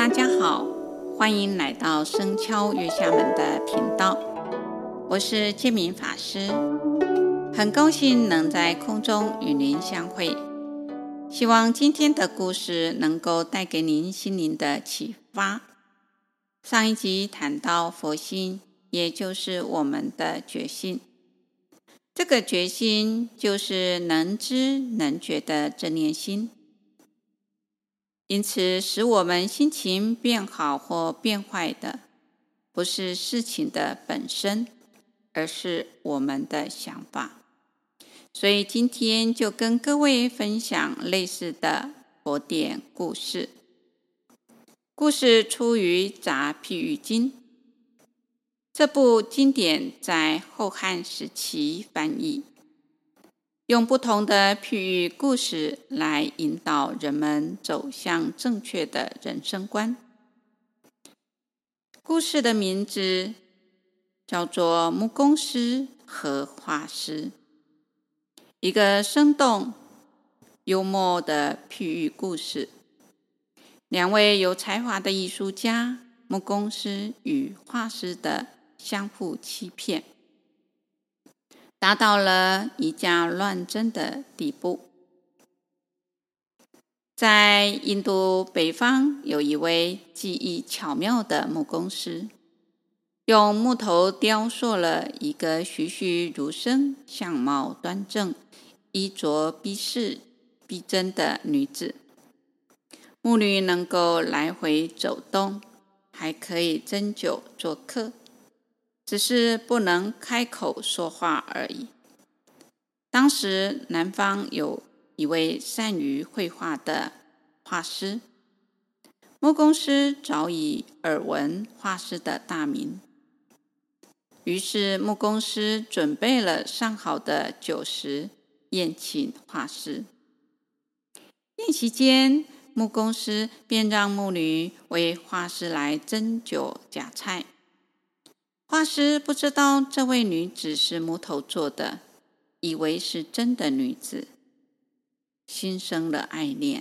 大家好，欢迎来到僧敲月下门的频道，我是建明法师，很高兴能在空中与您相会。希望今天的故事能够带给您心灵的启发。上一集谈到佛心，也就是我们的觉性。这个觉心就是能知能觉的正念心，因此使我们心情变好或变坏的，不是事情的本身，而是我们的想法。所以今天就跟各位分享类似的佛典故事。故事出于《杂譬喻经》，这部经典在后汉时期翻译，用不同的譬喻故事来引导人们走向正确的人生观。故事的名字叫做木工师和画师，一个生动幽默的譬喻故事。两位有才华的艺术家，木工师与画师的相互欺骗，达到了以假乱真的地步。在印度北方有一位技艺巧妙的木工师，用木头雕塑了一个栩栩如生、相貌端正、衣着逼视逼真的女子。木女能够来回走动，还可以针灸做客，只是不能开口说话而已。当时南方有一位善于绘画的画师，木工师早已耳闻画师的大名，于是木工师准备了上好的酒食宴请画师。宴席间，木工师便让木女为画师来斟酒夹菜。画师不知道这位女子是木头做的，以为是真的女子，心生了爱恋。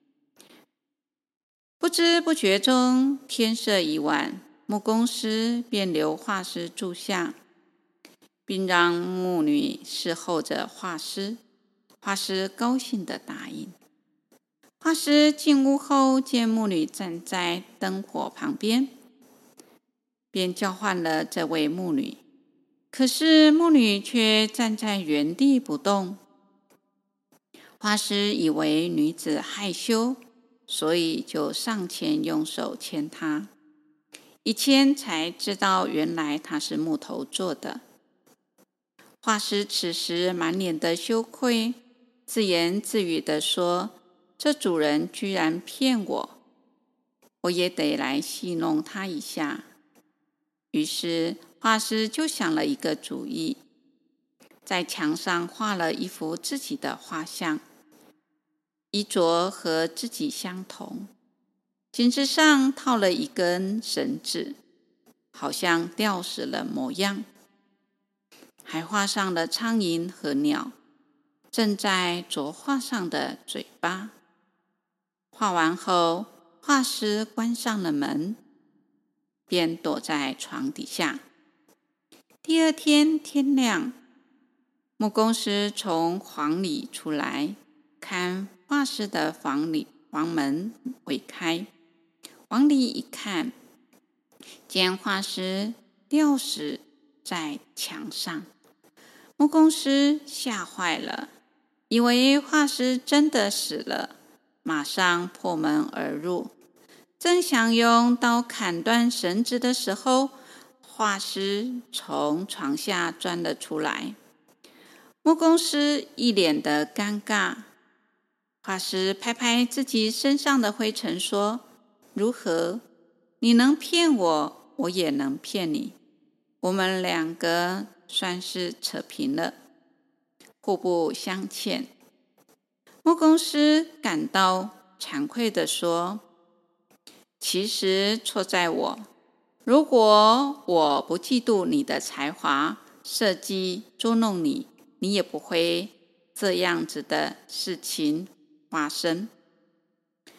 不知不觉中，天色已晚，木工师便留画师住下，并让木女侍候着画师。画师高兴地答应。画师进屋后，见木女站在灯火旁边，便叫唤了这位木女。可是木女却站在原地不动。画师以为女子害羞，所以就上前用手牵她。一牵才知道原来她是木头做的。画师此时满脸的羞愧，自言自语地说：这主人居然骗我，我也得来戏弄他一下。于是画师就想了一个主意，在墙上画了一幅自己的画像，衣着和自己相同，颈子上套了一根绳子，好像吊死了模样，还画上了苍蝇和鸟，正在啄画上的嘴巴。画完后，画师关上了门，便躲在床底下。第二天天亮，木工师从房里出来，看画师的房门未开，往里一看，见画师吊死在墙上。木工师吓坏了，以为画师真的死了，马上破门而入。正想用刀砍断绳子的时候，画师从床下钻了出来。木工师一脸的尴尬。画师拍拍自己身上的灰尘说：如何？你能骗我，我也能骗你，我们两个算是扯平了，互不相欠。木工师感到惭愧地说：其实错在我，如果我不嫉妒你的才华，设计捉弄你，你也不会这样子的事情发生。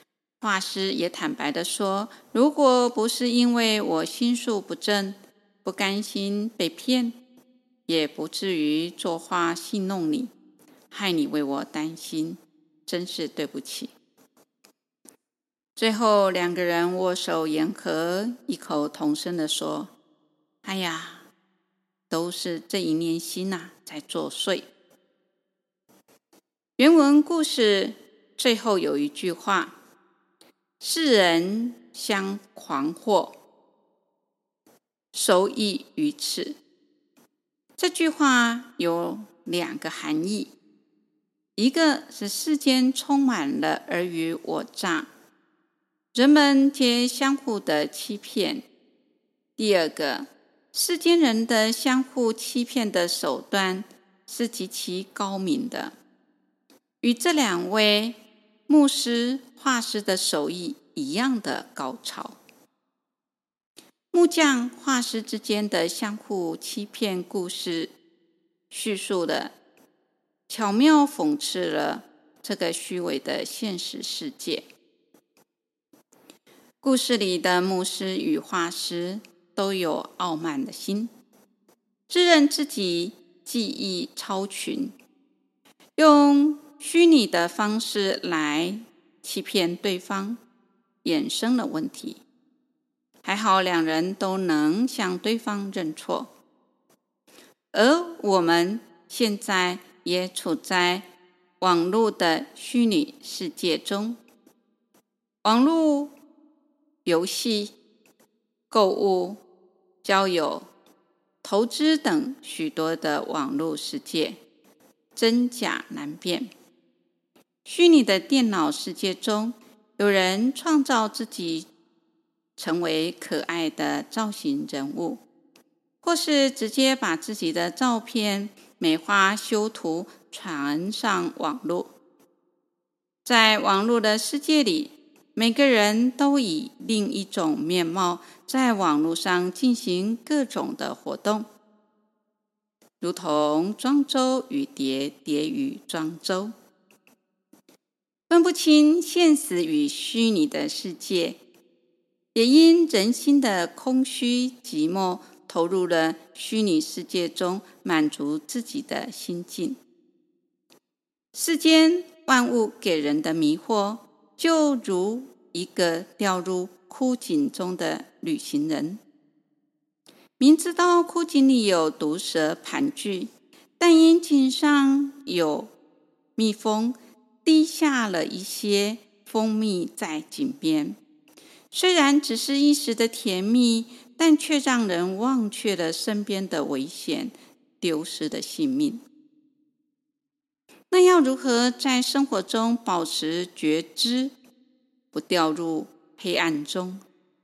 画师也坦白地说，如果不是因为我心术不正，不甘心被骗，也不至于作画戏弄你，害你为我担心，真是对不起。最后两个人握手言和，异口同声地说，哎呀，都是这一念心在作祟。原文故事最后有一句话，世人相诳惑，收益于此。这句话有两个含义，一个是世间充满了尔虞我诈，人们皆相互的欺骗。第二个，世间人的相互欺骗的手段是极其高明的，与这两位牧师、画师的手艺一样的高超。木匠、画师之间的相互欺骗故事，叙述了巧妙讽刺了这个虚伪的现实世界。故事里的牧师与画师都有傲慢的心，自认自己技艺超群，用虚拟的方式来欺骗对方，衍生了问题。还好两人都能向对方认错。而我们现在也处在网络的虚拟世界中，网络游戏、购物、交友、投资等许多的网络世界，真假难辨。虚拟的电脑世界中，有人创造自己成为可爱的造型人物，或是直接把自己的照片美化修图传上网络。在网络的世界里，每个人都以另一种面貌在网络上进行各种的活动，如同庄周与蝶，蝶与庄周，分不清现实与虚拟的世界，也因人心的空虚寂寞，投入了虚拟世界中满足自己的心境。世间万物给人的迷惑，就如一个掉入枯井中的旅行人，明知道枯井里有毒蛇盘踞，但因井上有蜜蜂，滴下了一些蜂蜜在井边。虽然只是一时的甜蜜，但却让人忘却了身边的危险，丢失的性命。那要如何在生活中保持觉知，不掉入黑暗中？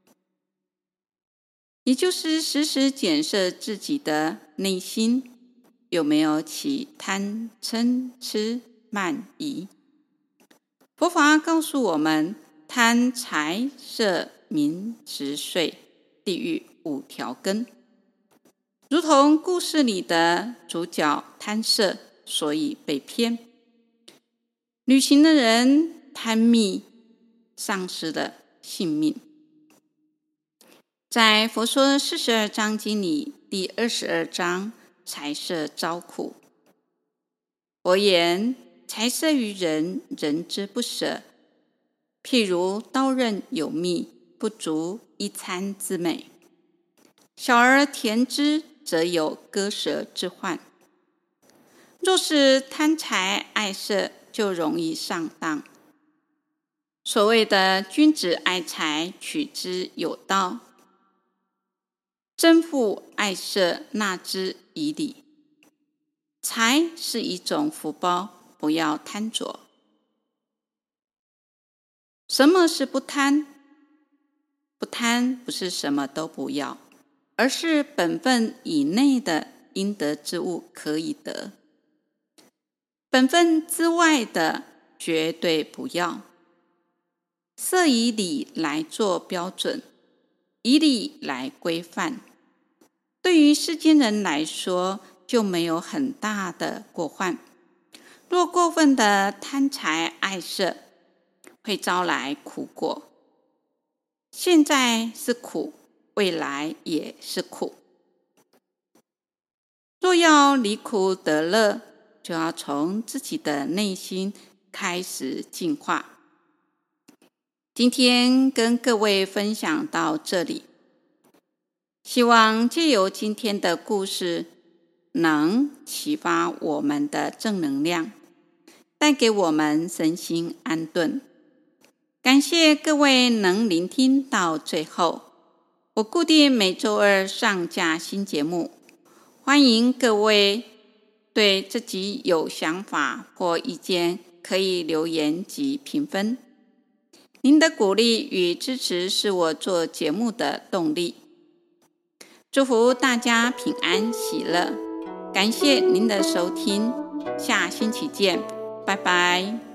也就是时时检视自己的内心，有没有起贪嗔痴慢疑。佛法告诉我们，贪财色名食睡，地狱5条根。如同故事里的主角贪色，所以被骗；旅行的人贪蜜，丧失了性命。在《佛说42章经》里，第22章财色招苦。佛言：财色于人，人之不舍，譬如刀刃有蜜，不足一餐之美。小儿甜之，则有割舌之患。若是贪财爱色，就容易上当。所谓的君子爱财，取之有道；憎妇爱色，纳之以礼。财是一种福报，不要贪着。什么是不贪？不贪不是什么都不要，而是本分以内的应得之物可以得，本分之外的绝对不要。设以理来做标准，以理来规范，对于世间人来说就没有很大的过患。若过分的贪财爱色， 会招来苦果。现在是苦，未来也是苦。若要离苦得乐，就要从自己的内心开始进化。今天跟各位分享到这里，希望借由今天的故事，能启发我们的正能量，带给我们身心安顿。感谢各位能聆听到最后。我固定每周二上架新节目，欢迎各位对这集有想法或意见，可以留言及评分。您的鼓励与支持是我做节目的动力。祝福大家平安喜乐，感谢您的收听，下星期见，拜拜。